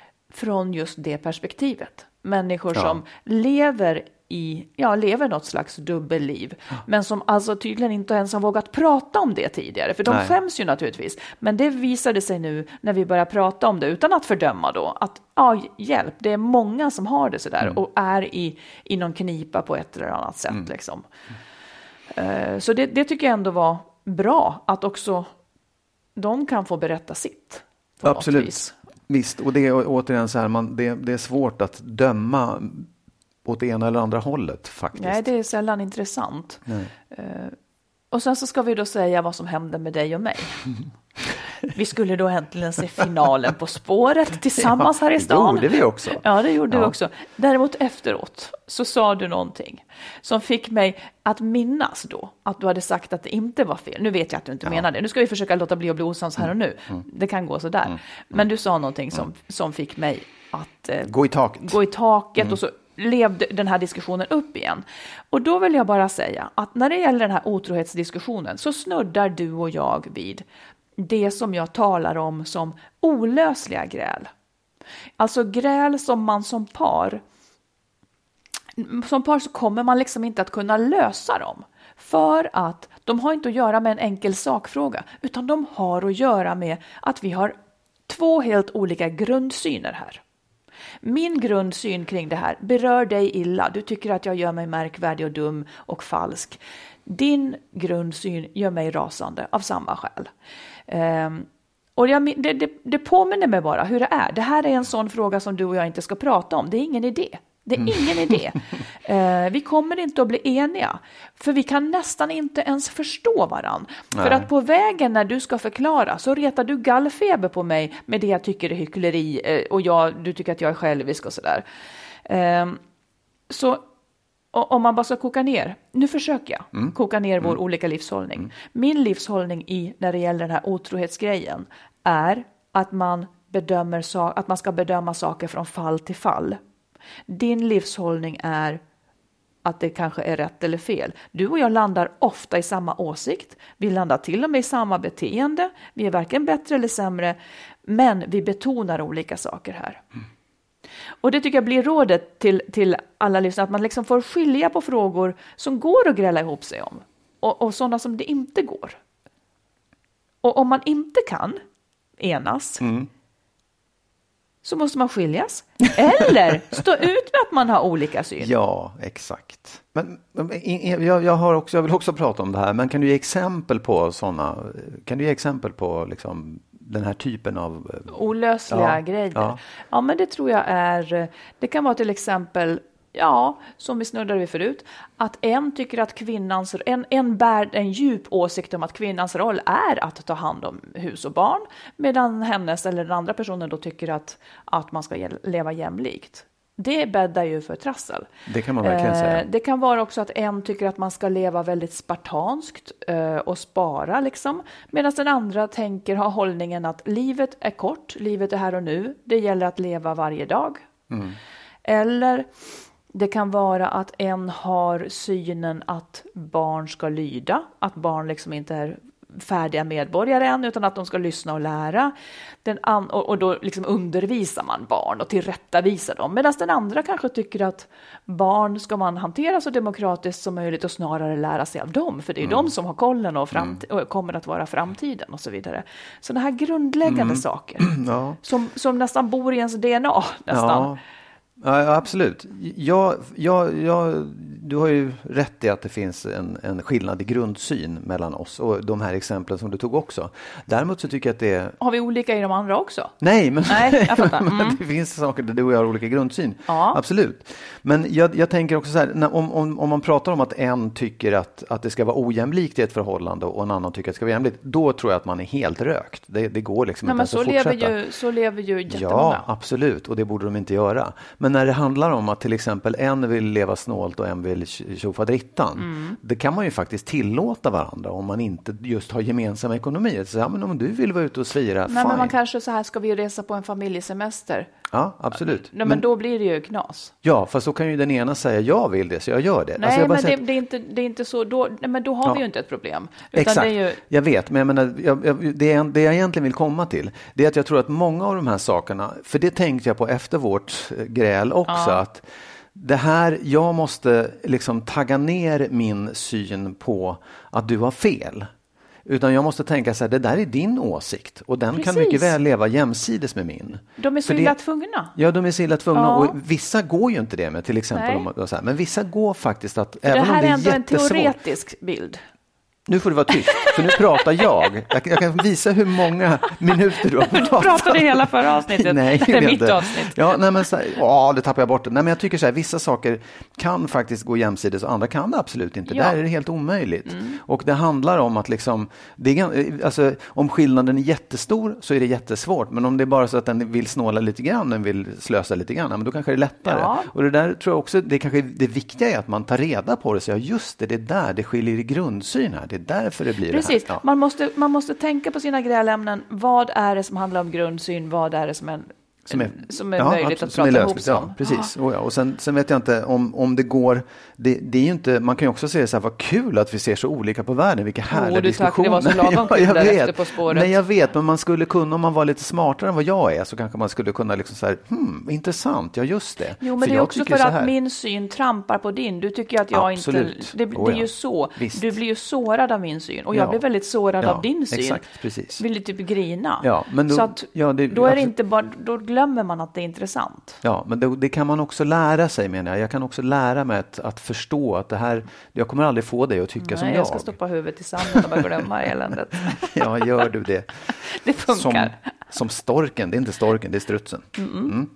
från just det perspektivet. Människor ja. som lever i, ja, lever något slags dubbelliv, ja. men som alltså tydligen inte ens har vågat prata om det tidigare, för de Nej. skäms ju naturligtvis. Men det visade sig nu när vi började prata om det, utan att fördöma då, att ja, hjälp, det är många som har det sådär mm. och är i, i någon knipa på ett eller annat sätt. Mm. Liksom. Mm. Uh, så det, det tycker jag ändå var bra, att också de kan få berätta sitt. Absolut. Visst, och det är återigen så här, man, det, det är svårt att döma åt det ena eller andra hållet faktiskt. Nej, det är sällan intressant. Uh, och sen så ska vi då säga vad som hände med dig och mig. Vi skulle då äntligen se finalen på Spåret tillsammans ja, här i stan. Det gjorde vi också. Ja, det gjorde ja. vi också. Däremot efteråt så sa du någonting som fick mig att minnas då att du hade sagt att det inte var fel. Nu vet jag att du inte ja. menar det. Nu ska vi försöka låta bli att bli osams här och nu. Mm. Det kan gå så där. Mm. Men du sa någonting som, mm. som fick mig att eh, gå i taket. Gå i taket mm. och så levde den här diskussionen upp igen. Och då vill jag bara säga att när det gäller den här otrohetsdiskussionen så snuddar du och jag vid det som jag talar om som olösliga gräl. Alltså gräl som man som par, som par så kommer man liksom inte att kunna lösa dem. För att de har inte att göra med en enkel sakfråga, utan de har att göra med att vi har två helt olika grundsyner här. Min grundsyn kring det här berör dig illa. Du tycker att jag gör mig märkvärdig och dum och falsk. Din grundsyn gör mig rasande av samma skäl. Um, och jag, det, det, det påminner mig bara hur det är. Det här är en sån fråga som du och jag inte ska prata om. Det är ingen idé. Det är ingen idé. Uh, vi kommer inte att bli eniga. För vi kan nästan inte ens förstå varann. Nej. För att på vägen när du ska förklara så retar du gallfeber på mig med det jag tycker är hyckleri. Uh, och jag, du tycker att jag är självisk och sådär. Uh, så om man bara ska koka ner, nu försöker jag mm. koka ner vår mm. olika livshållning. Mm. Min livshållning i när det gäller den här otrohetsgrejen är att man bedömer att man ska bedöma saker från fall till fall. Din livshållning är att det kanske är rätt eller fel. Du och jag landar ofta i samma åsikt. Vi landar till och med i samma beteende. Vi är varken bättre eller sämre, men vi betonar olika saker här. Mm. Och det tycker jag blir rådet till, till alla lyssnare, att man liksom får skilja på frågor som går att gräla ihop sig om och, och sådana som det inte går. Och om man inte kan enas mm. så måste man skiljas eller stå ut med att man har olika syn. Ja, exakt. Men, men jag, jag, har också, jag vill också prata om det här, men kan du ge exempel på sådana, kan du ge exempel på liksom den här typen av olösliga ja, grejer. Ja. ja, men det tror jag är, det kan vara till exempel Ja, som vi snuddade vid förut, att en tycker att kvinnans, en, en bär en djup åsikt om att kvinnans roll är att ta hand om hus och barn, medan hennes eller den andra personen då tycker att, att man ska leva jämlikt. Det bäddar ju för trassel. Det kan man verkligen eh, säga. Det kan vara också att en tycker att man ska leva väldigt spartanskt eh, och spara liksom, medan den andra tänker ha hållningen att livet är kort, livet är här och nu, det gäller att leva varje dag. Mm. Eller det kan vara att en har synen att barn ska lyda, att barn liksom inte är färdiga medborgare än, utan att de ska lyssna och lära. Den an- och, och då liksom undervisar man barn och tillrättavisar dem. Medan den andra kanske tycker att barn ska man hantera så demokratiskt som möjligt och snarare lära sig av dem. För det är mm. de som har kollen och, framt- mm. och kommer att vara framtiden och så vidare. Så det här grundläggande mm. saker ja. som, som nästan bor i ens D N A nästan. Ja. Ja, absolut. Jag, jag, jag, du har ju rätt i att det finns en, en skillnad i grundsyn mellan oss och de här exemplen som du tog också. Däremot så tycker jag att det är... Har vi olika i de andra också? Nej, men, Nej, jag fattar. Mm. men det finns saker där du och jag har olika grundsyn. Ja. Absolut. Men jag, jag tänker också så här, när, om, om, om man pratar om att en tycker att, att det ska vara ojämlikt i ett förhållande och en annan tycker att det ska vara jämlikt, då tror jag att man är helt rökt. Det, det går liksom Nej, inte men ens så att lever fortsätta. ju, så lever ju jättemånga. Ja, absolut. Och det borde de inte göra. Men när det handlar om att till exempel en vill leva snålt och en vill tjofadrittan, mm. det kan man ju faktiskt tillåta varandra om man inte just har gemensam ekonomi. Så, ja, men om du vill vara ute och svira, Nej, fine. men man kanske så här, ska vi resa på en familjesemester? Ja, absolut. Nej, men, men då blir det ju knas. Ja, fast så kan ju den ena säga jag vill det, så jag gör det. Nej, alltså, jag men det, det, är inte, det är inte så. Då, nej, men då har ja. vi ju inte ett problem. Utan Exakt, det är ju... jag vet. Men jag menar, jag, jag, det, jag, det jag egentligen vill komma till, det är att jag tror att många av de här sakerna, för det tänkte jag på efter vårt gräl också, ja. att det här, jag måste liksom tagga ner min syn på att du har fel. Utan jag måste tänka så här, det där är din åsikt. Och den Precis. kan mycket väl leva jämsides med min. De är så För illa det, tvungna. Ja, de är så illa tvungna. Ja. Och vissa går ju inte det med, till exempel. Om, så här, men vissa går faktiskt att, även det här om det är, är ändå jättesvårt, en teoretisk bild. Nu får du vara tyst, för nu pratar jag. jag. Jag kan visa hur många minuter du har pratat. Du pratade hela förra avsnittet. Nej, det är mitt inte. avsnitt. Ja, nej, men så här, åh, det tappar jag bort. Nej, men jag tycker så här, vissa saker kan faktiskt gå jämsides och andra kan det absolut inte. Ja. Där är det helt omöjligt. Mm. Och det handlar om att liksom, det är, alltså, om skillnaden är jättestor så är det jättesvårt. Men om det är bara så att den vill snåla lite grann, den vill slösa lite grann, men då kanske det är lättare. Ja. Och det där tror jag också, det kanske det viktiga är att man tar reda på det. Så ja, just det, det är där det skiljer i grundsyn här. Det är därför det blir Precis, det här. Ja. man, måste, man måste tänka på sina grälämnen. Vad är det som handlar om grundsyn? Vad är det som är, som är, som är ja, möjligt att prata ihop sig om? Ja, precis. Oh, ja. Och sen, sen vet jag inte om, om det går. Det, det är ju inte, man kan ju också säga så här, vad kul att vi ser så olika på världen. Vilka härliga oh, du diskussioner. Det var så lagom kul ja, där vet. efter På spåret. Nej, jag vet, men man skulle kunna, om man var lite smartare än vad jag är, så kanske man skulle kunna liksom så här, hmm, intressant, ja just det. Jo, men för det är också för att här. min syn trampar på din. Du tycker att jag Absolut. inte... Det, det oh, ja. är ju så. Visst. Du blir ju sårad av min syn. Och jag ja. blir väldigt sårad ja, av din syn. Exakt, precis. Vill typ grina. Ja, men då, så att ja, det, då, är det absolut. inte bara, då glömmer man att det är intressant. Ja, men det, det kan man också lära sig, menar jag. Jag kan också lära mig att, att förstå att det här, jag kommer aldrig få dig att tycka Nej, som jag. jag ska stoppa huvudet i sanden och bara glömma eländet. Ja, gör du det. Det funkar. Som, som storken, det är inte storken, det är strutsen. Mm.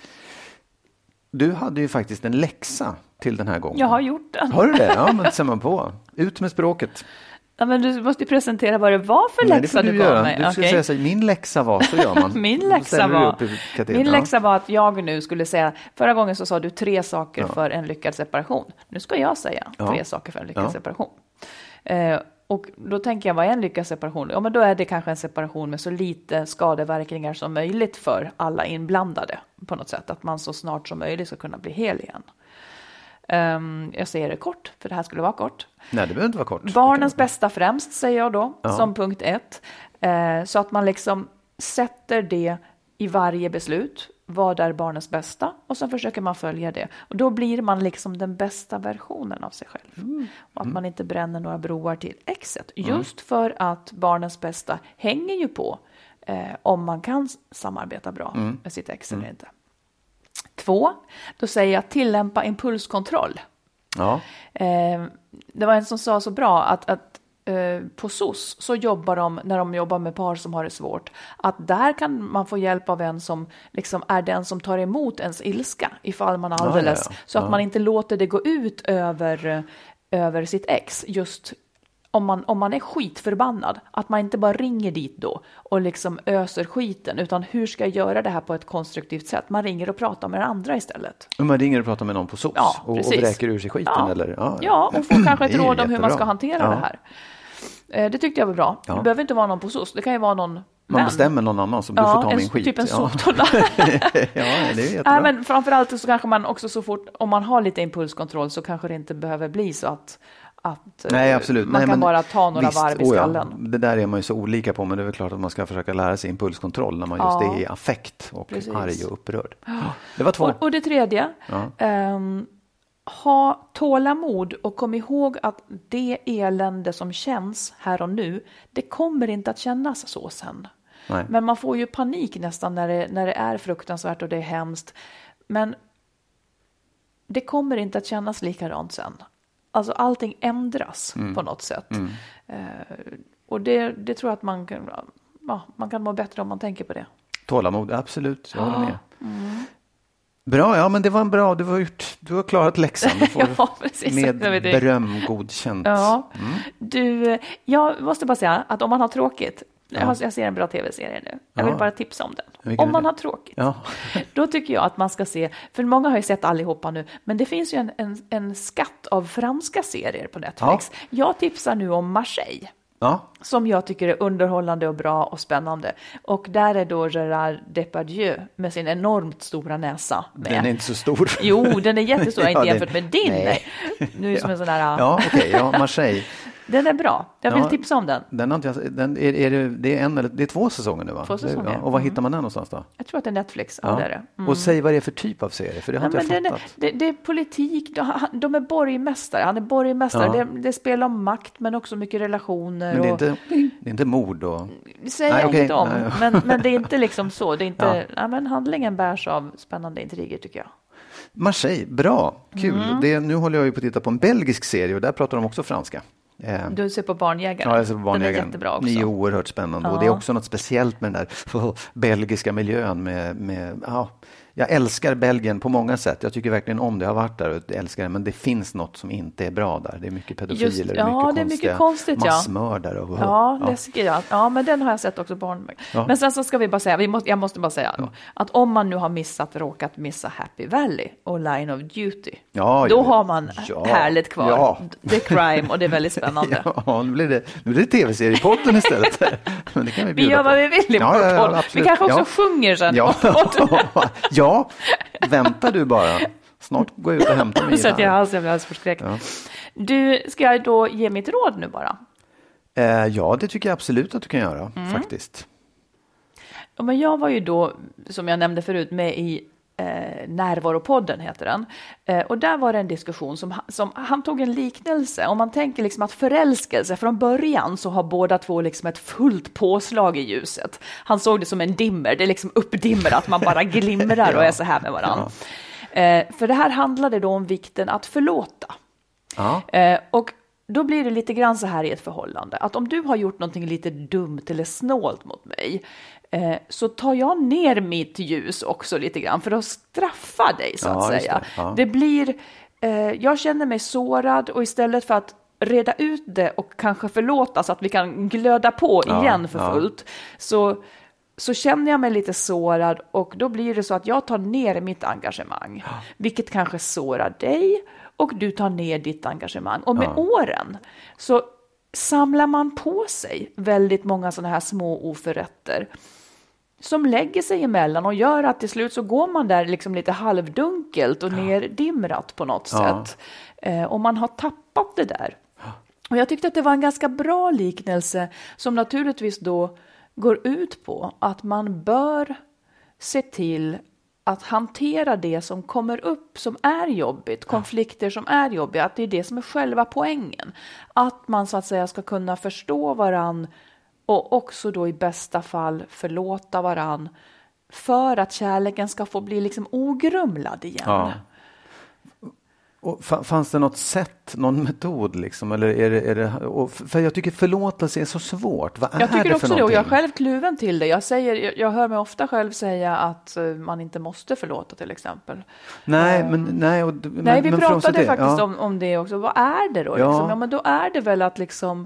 Du hade ju faktiskt en läxa till den här gången. Jag har gjort den. Har du det? Ja, men ser man på. Ut med språket. Ja, men du måste ju presentera vad det var för Nej, läxa du, du gav mig. Du ska okay. säga så här, min läxa var, så gör man. min läxa var, min ja. läxa var att jag nu skulle säga, förra gången så sa du tre saker ja. för en lyckad separation. Nu ska jag säga ja. tre saker för en lyckad ja. separation. Eh, och då tänker jag, vad är en lyckad separation? Ja, men då är det kanske en separation med så lite skadeverkningar som möjligt för alla inblandade på något sätt. Att man så snart som möjligt ska kunna bli hel igen. Um, jag säger det kort, för det här skulle vara kort. Nej, det behöver inte vara kort. Barnens bästa främst, säger jag då, ja. som punkt ett. Uh, så att man liksom sätter det i varje beslut. Vad är barnens bästa? Och så försöker man följa det. Och då blir man liksom den bästa versionen av sig själv. Mm. Och att mm. man inte bränner några broar till exet. Mm. Just för att barnens bästa hänger ju på eh, om man kan samarbeta bra mm. med sitt ex mm. eller inte. Två, då säger jag tillämpa impulskontroll. Ja. Eh, det var en som sa så bra att, att eh, på S O S så jobbar de, när de jobbar med par som har det svårt, att där kan man få hjälp av en som liksom är den som tar emot ens ilska ifall man alldeles, ja, ja, ja. så att ja. man inte låter det gå ut över, över sitt ex, just om man, om man är skitförbannad, att man inte bara ringer dit då och liksom öser skiten, utan hur ska jag göra det här på ett konstruktivt sätt? Man ringer och pratar med andra istället. Och man ringer och pratar med någon på S O S Ja, och, och precis. vräker ur sig skiten? Ja. Eller? Ja, ja, och får kanske ett Det är råd om hur man jättebra. ska hantera Ja. det här. Eh, Det tyckte jag var bra. Ja. Det behöver inte vara någon på S O S, det kan ju vara någon Man vän. bestämmer någon annan som du Ja, får ta en, min skit. typ en ja. soptunna. ja, det är jättebra. Nej, men framförallt så kanske man också så fort, om man har lite impulskontroll, så kanske det inte behöver bli så att, att Nej, absolut. man Nej, kan men bara ta några visst, varv i oh ja, skallen. det där är man ju så olika på, men det är väl klart att man ska försöka lära sig impulskontroll när man just Ja. är i affekt och Precis. arg och upprörd. Det var två. Och, och det tredje, Ja. ehm, ha tålamod och kom ihåg att det elände som känns här och nu, det kommer inte att kännas så sen. Nej. Men man får ju panik nästan när det, när det är fruktansvärt och det är hemskt. Men det kommer inte att kännas likadant sen. Alltså allting ändras Mm. på något sätt. Mm. Eh, och det, det tror jag att man kan, ja, man kan må bättre om man tänker på det. Tålamod, absolut. Jag håller med. Mm. Bra, ja men det var en bra. Du har, gjort, du har klarat läxan. Du får Ja, precis. med Jag vet det. beröm godkänt. Ja, Mm. du, jag måste bara säga att om man har tråkigt, Ja. jag, har, jag ser en bra tv-serie nu, jag vill Ja. bara tipsa om den. Vilken Om är man det? har tråkigt, Ja. då tycker jag att man ska se, för många har ju sett allihopa nu, men det finns ju en, en, en skatt av franska serier på Netflix. Jag tipsar nu om Marseille, Ja. som jag tycker är underhållande och bra och spännande. Och där är då Gérard Depardieu med sin enormt stora näsa med. Den är inte så stor. Jo, den är jättestor, Ja, inte det- jämfört med din. Nej. Nej. Nu är det som en sån där... Ja, okej. Ja, Marseille. Den är bra. Jag vill Ja. tipsa om den. Den har inte jag, den, är, är det, det, är en, eller, det är två säsonger nu va? Två säsonger. Ja, och var hittar man den någonstans då? Jag tror att det är Netflix. Ja, det är det. Mm. Och säg vad det är för typ av serie, för det har Nej, inte men jag den är, fattat. det, det är politik, de, de är borgmästare, han är borgmästare, Ja. det, det spelar om makt men också mycket relationer. Men det är, och, inte, det är inte mord och... det säger Nej, jag okej. inte om, Nej. men, men det är inte liksom så. Det är inte, Ja. nej, men handlingen bärs av spännande intriger tycker jag. Marseille, bra, kul. Mm. Det, nu håller jag ju på att titta på en belgisk serie och där pratar de också franska. Eh, Du ser på Barnjägaren. Ja, jag ser på Den är Barnjägaren. jättebra också. Det är oerhört spännande. Ja. Och det är också något speciellt med den där belgiska miljön. Med, med, ja, jag älskar Belgien på många sätt. Jag tycker verkligen om det. Jag har varit där och älskar det. Men det finns något som inte är bra där. Det är mycket pedofiler. Just- och ja, mycket det är mycket konstiga konstigt, ja. massmördare. Och, Ja, läskigt. Ja. ja, men den har jag sett också. Barn. Ja. Men sen så ska vi bara säga, vi måste, jag måste bara säga då, att om man nu har missat, råkat missa Happy Valley och Line of Duty, Ja, då ja. har man Ja. härligt kvar. Ja. Det är crime och det är väldigt spännande. Ja, nu blir det, nu blir det tv-seriepodden istället. Men det kan vi Vi bjuda gör på. vad vi vill i Ja, vår ja, ja, podd. Vi absolut. kanske också Ja. sjunger sen. Ja. på podden. ja, vänta du bara. Snart går jag ut och hämtar mig. Nu sätter jag här. halsen, jag blir alldeles förskräckt. Ja. Du, ska jag då ge mitt råd nu bara? Eh, ja, det tycker jag absolut att du kan göra, Mm. faktiskt. Ja, men jag var ju då, som jag nämnde förut, med i eh, Närvaropodden heter den. Eh, och där var det en diskussion som, som han tog en liknelse. Om man tänker liksom att förälskelse, från början så har båda två liksom ett fullt påslag i ljuset. Han såg det som en dimmer, det är liksom uppdimmer, att man bara glimrar och är så här med varandra. Eh, för det här handlade då om vikten att förlåta. Ja. Eh, och då blir det lite grann så här i ett förhållande, att om du har gjort någonting lite dumt eller snålt mot mig, eh, så tar jag ner mitt ljus också lite grann för att straffa dig, så Ja, att just säga. det. Ja. Det blir, eh, jag känner mig sårad, och istället för att reda ut det och kanske förlåta så att vi kan glöda på Ja, igen för ja. fullt, så så känner jag mig lite sårad, och då blir det så att jag tar ner mitt engagemang, vilket kanske sårar dig, och du tar ner ditt engagemang. Och med Ja. åren så samlar man på sig väldigt många sådana här små oförrätter som lägger sig emellan och gör att till slut så går man där liksom lite halvdunkelt och neddimrat på något Ja. sätt. Eh, och man har tappat det där. Och jag tyckte att det var en ganska bra liknelse, som naturligtvis då går ut på att man bör se till att hantera det som kommer upp som är jobbigt, konflikter som är jobbiga, att det är det som är själva poängen. Att man så att säga ska kunna förstå varann och också då i bästa fall förlåta varann, för att kärleken ska få bli liksom ogrumlad igen. Ja. Och fanns det något sätt, någon metod liksom? Eller är det, är det, och för jag tycker förlåtelse är så svårt. Vad är jag tycker det också för det, och jag är någonting? själv kluven till det. Jag, säger, jag, jag hör mig ofta själv säga att uh, man inte måste förlåta till exempel. Nej, um, men nej. Och, nej, men, vi men pratade det, faktiskt ja. om, om det också. Vad är det då? Ja. Liksom? Ja, men då är det väl att liksom...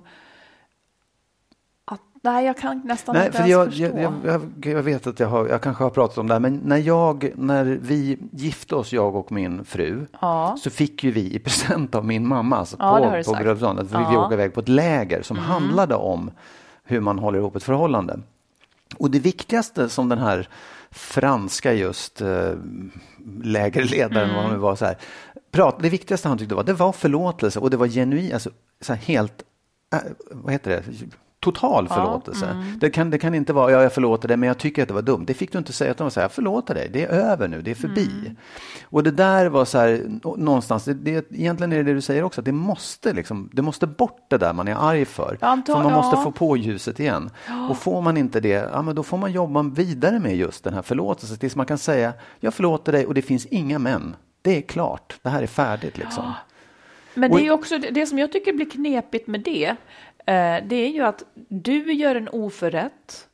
Att, nej, jag kan nästan Nej, inte för ens jag, förstå. jag, jag, jag vet att jag, har, jag kanske har pratat om det här, men när, jag, när vi gifte oss, jag och min fru, Ja. så fick ju vi i present av min mamma alltså Ja, det har på, du på sagt. Grövsån, att vi fick Ja. åka iväg på ett läger som Mm. handlade om hur man håller ihop ett förhållande. Och det viktigaste som den här franska just äh, lägerledaren, Mm. vad han nu var, så här, prat, det viktigaste han tyckte var, det var förlåtelse, och det var genuin, alltså så här helt, äh, vad heter det? Total förlåtelse. Ja, mm. det, kan, det kan inte vara, ja, jag förlåter dig, men jag tycker att det var dumt. Det fick du inte säga, utan säga, jag förlåter dig, det är över nu, det är förbi. Mm. Och det där var så här, någonstans, det, det, egentligen är det det du säger också, att det måste, liksom, det måste bort det där man är arg för. Antar, för man måste ja. få på ljuset igen. Ja. Och får man inte det, ja, men då får man jobba vidare med just den här förlåtelsen, tills man kan säga, jag förlåter dig och det finns inga men. Det är klart, det här är färdigt liksom. Ja. Men det är ju också det, det som jag tycker blir knepigt med det, eh, det är ju att du gör en oförrätt,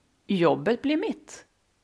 jobbet blir mitt.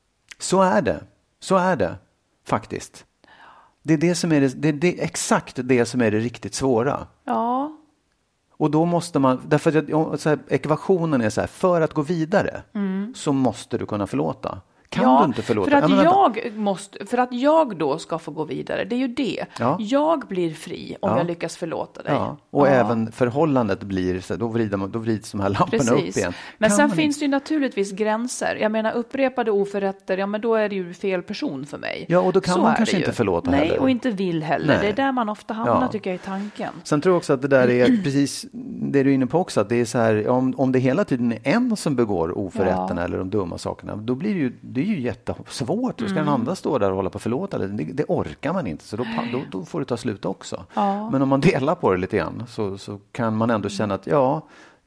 Så är det. Så är det faktiskt. Det är, det som är, det, det, det är exakt det som är det riktigt svåra. Ja. Och då måste man, därför att så här, ekvationen är så här, för att gå vidare mm. så måste du kunna förlåta. Kan ja, du inte förlåta? För att, ja, jag måste, för att jag då ska få gå vidare, det är ju det. Ja. Jag blir fri om ja. jag lyckas förlåta dig. Ja. Och ja. även förhållandet blir, så då, vrider man, då vrids de här lamporna Precis. upp igen. Men kan sen man finns inte... det ju naturligtvis gränser. Jag menar upprepade oförrätter, ja men då är det ju fel person för mig. Ja, och då kan Så man är kanske det inte ju. förlåta Nej, heller. och inte vill heller. Nej. Det är där man ofta hamnar Ja. tycker jag i tanken. Sen tror jag också att det där är precis det du är inne på också, att det är så här, om, om det hela tiden är en som begår oförrätterna Ja. eller de dumma sakerna, då blir det ju, det är ju jättesvårt. Då ska mm. den andra stå där och hålla på förlåta, det, det orkar man inte, så då, då, då får det ta slut också. Ja. Men om man delar på det lite grann så, så kan man ändå känna att ja,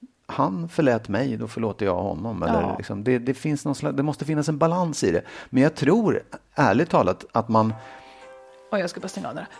han förlät mig, då förlåter jag honom. Eller Ja. liksom, det, det, finns någon slags, det måste finnas en balans i det. Men jag tror, ärligt talat, att man... Och jag ska bara stänga av det.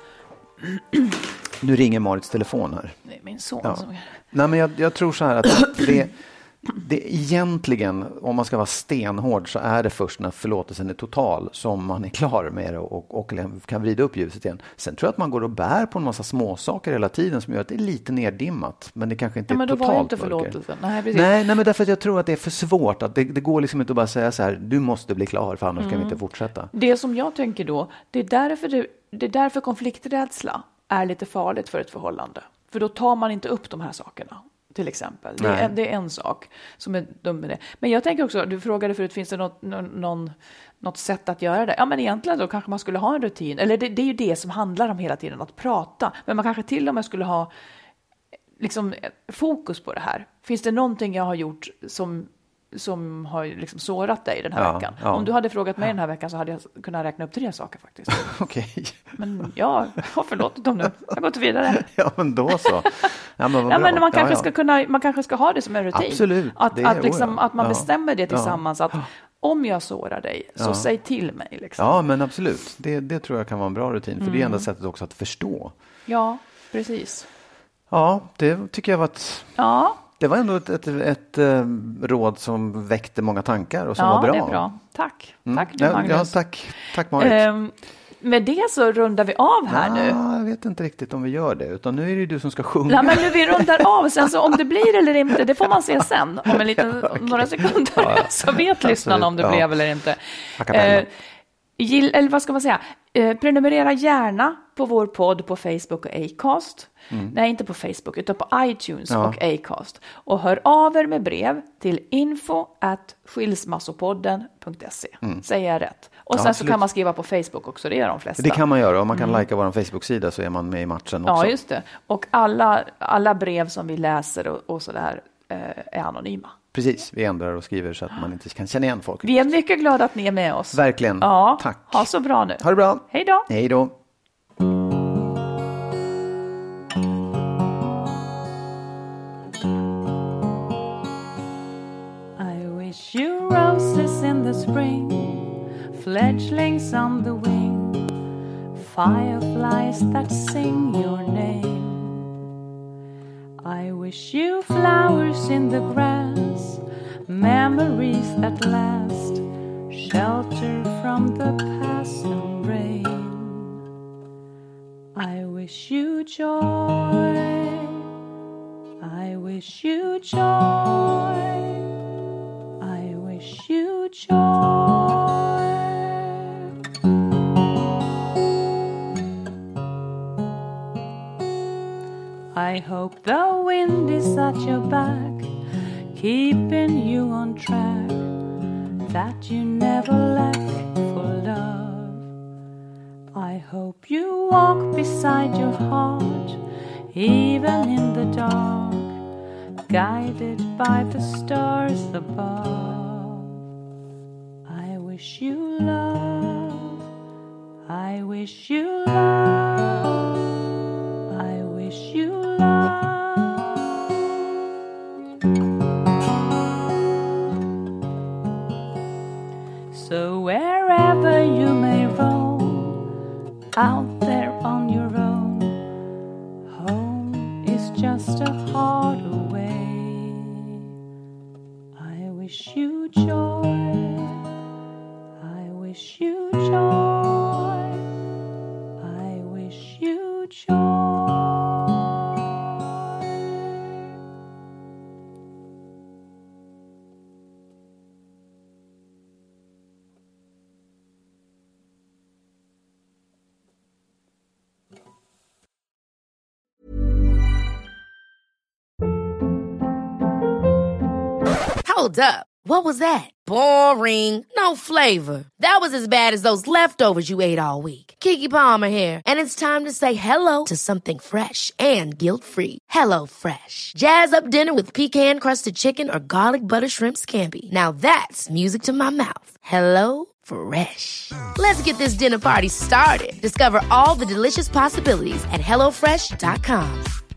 Nu ringer Marits telefon här. Det är min son Ja. som... Nej, men jag, jag tror så här att det, det egentligen, om man ska vara stenhård, så är det först när förlåtelsen är total som man är klar med det och, och kan vrida upp ljuset igen. Sen tror jag att man går och bär på en massa småsaker hela tiden som gör att det är lite neddimmat, men det kanske inte Ja, är men då totalt var inte mörker. förlåtelsen. Nej, precis. Nej, nej, men därför att jag tror att det är för svårt. Att det, det går liksom inte att bara säga så här, du måste bli klar för annars Mm. kan vi inte fortsätta. Det som jag tänker då, det är därför, det, det är därför konflikträdsla är lite farligt för ett förhållande. För då tar man inte upp de här sakerna, till exempel. Det är, det är en sak som är dum med det. Men jag tänker också, du frågade förut, finns det något, någon, något sätt att göra det? Ja, men egentligen då kanske man skulle ha en rutin. Eller det, det är ju det som handlar om hela tiden, att prata. Men man kanske till och med skulle ha liksom, fokus på det här. Finns det någonting jag har gjort som... som har liksom sårat dig den här Ja, veckan. ja. Om du hade frågat mig den här veckan så hade jag kunnat räkna upp tre saker faktiskt. Okej. Men jag har förlåtit dem nu. Jag har gått vidare. Ja, men då så. Ja, men, vad Ja, bra. men man kanske, ja, ja. Ska kunna, man kanske ska ha det som en rutin. Absolut. Att, Det är- att, liksom, oh ja. att man Ja. bestämmer det tillsammans. Ja. Att om jag sårar dig så Ja. säg till mig. Liksom. Ja, men absolut. Det, det tror jag kan vara en bra rutin. För Mm. det är enda sättet också att förstå. Ja, precis. Ja, det tycker jag var ett... Ja, Det var ändå ett, ett, ett, ett eh, råd som väckte många tankar och som ja var bra. det är bra. Tack. Mm. Tack du, ja, Magnus. ja, tack. Tack Marit. Ehm, med det så rundar vi av här nu. Ja, jag vet inte riktigt om vi gör det. Utan nu är det ju du som ska sjunga. Ja, men nu vi rundar av sen, så om det blir eller inte, det får man se sen. Om en liten, Ja, okej. några sekunder Ja, ja. så vet lyssnarna om det Ja. blev eller inte. A cappella. Eh, gill, eller vad ska man säga? Eh, prenumerera gärna på vår podd på Facebook och Acast. Mm. Nej, inte på Facebook, utan på iTunes Ja. och Acast. Och hör av er med brev till info at skilsmassopodden punkt se. Säger jag rätt? Och Ja, sen så absolut. kan man skriva på Facebook också, det gör de flesta. Det kan man göra. Om man kan likea vår Facebook-sida så är man med i matchen också. Ja, just det. Och alla, alla brev som vi läser och, och sådär eh, är anonyma. Precis, vi ändrar och skriver så att man inte kan känna igen folk. Vi är mycket glada att ni är med oss. Verkligen. Ja, Tack. ha så bra nu. Ha det bra. Hej då. Hej då. I wish you roses in the spring, fledglings on the wing, fireflies that sing your name. I wish you flowers in the grass, memories that last, shelter from the passing rain. I wish you joy, I wish you joy, I wish you joy. I hope the wind is at your back, keeping you on track, that you never lack for love. I hope you walk beside your heart, even in the dark, guided by the stars above. I wish you love, I wish you love, I wish you love. So wherever you may roam, out there on your own, home is just a heart away. I wish you joy, I wish you joy, I wish you joy. Hold up. What was that? Boring. No flavor. That was as bad as those leftovers you ate all week. Keke Palmer here, and it's time to say hello to something fresh and guilt-free. Hello Fresh. Jazz up dinner with pecan-crusted chicken or garlic butter shrimp scampi. Now that's music to my mouth. Hello Fresh. Let's get this dinner party started. Discover all the delicious possibilities at hello fresh dot com.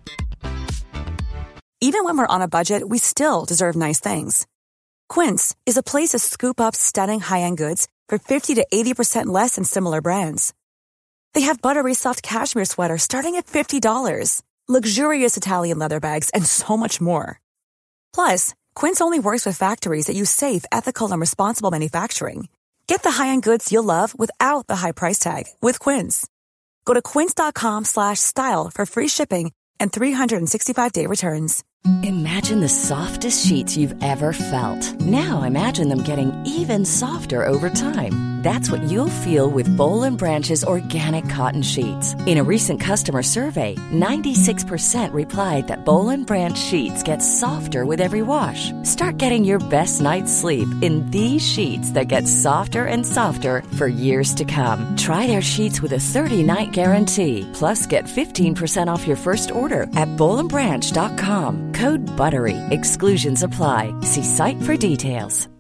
Even when we're on a budget, we still deserve nice things. Quince is a place to scoop up stunning high-end goods for fifty to eighty percent less than similar brands. They have buttery soft cashmere sweaters starting at fifty dollars, luxurious Italian leather bags, and so much more. Plus, Quince only works with factories that use safe, ethical, and responsible manufacturing. Get the high-end goods you'll love without the high price tag with Quince. Go to quince.com slash style for free shipping and three sixty-five day returns. Imagine the softest sheets you've ever felt. Now imagine them getting even softer over time. That's what you'll feel with Boll and Branch's organic cotton sheets. In a recent customer survey, ninety-six percent replied that Boll and Branch sheets get softer with every wash. Start getting your best night's sleep in these sheets that get softer and softer for years to come. Try their sheets with a thirty-night guarantee. Plus, get fifteen percent off your first order at boll and branch dot com. Code BUTTERY. Exclusions apply. See site for details.